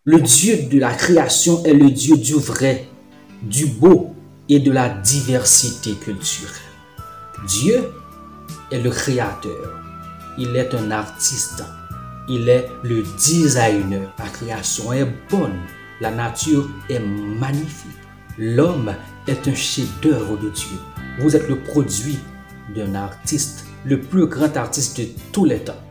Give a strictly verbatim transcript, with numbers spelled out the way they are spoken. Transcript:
Le Dieu de la création est le Dieu du vrai, du beau et de la diversité culturelle. Dieu est le créateur. Il est un artiste. Il est le designer. La création est bonne. La nature est magnifique. L'homme est un chef-d'œuvre de Dieu. Vous êtes le produit d'un artiste, le plus grand artiste de tous les temps.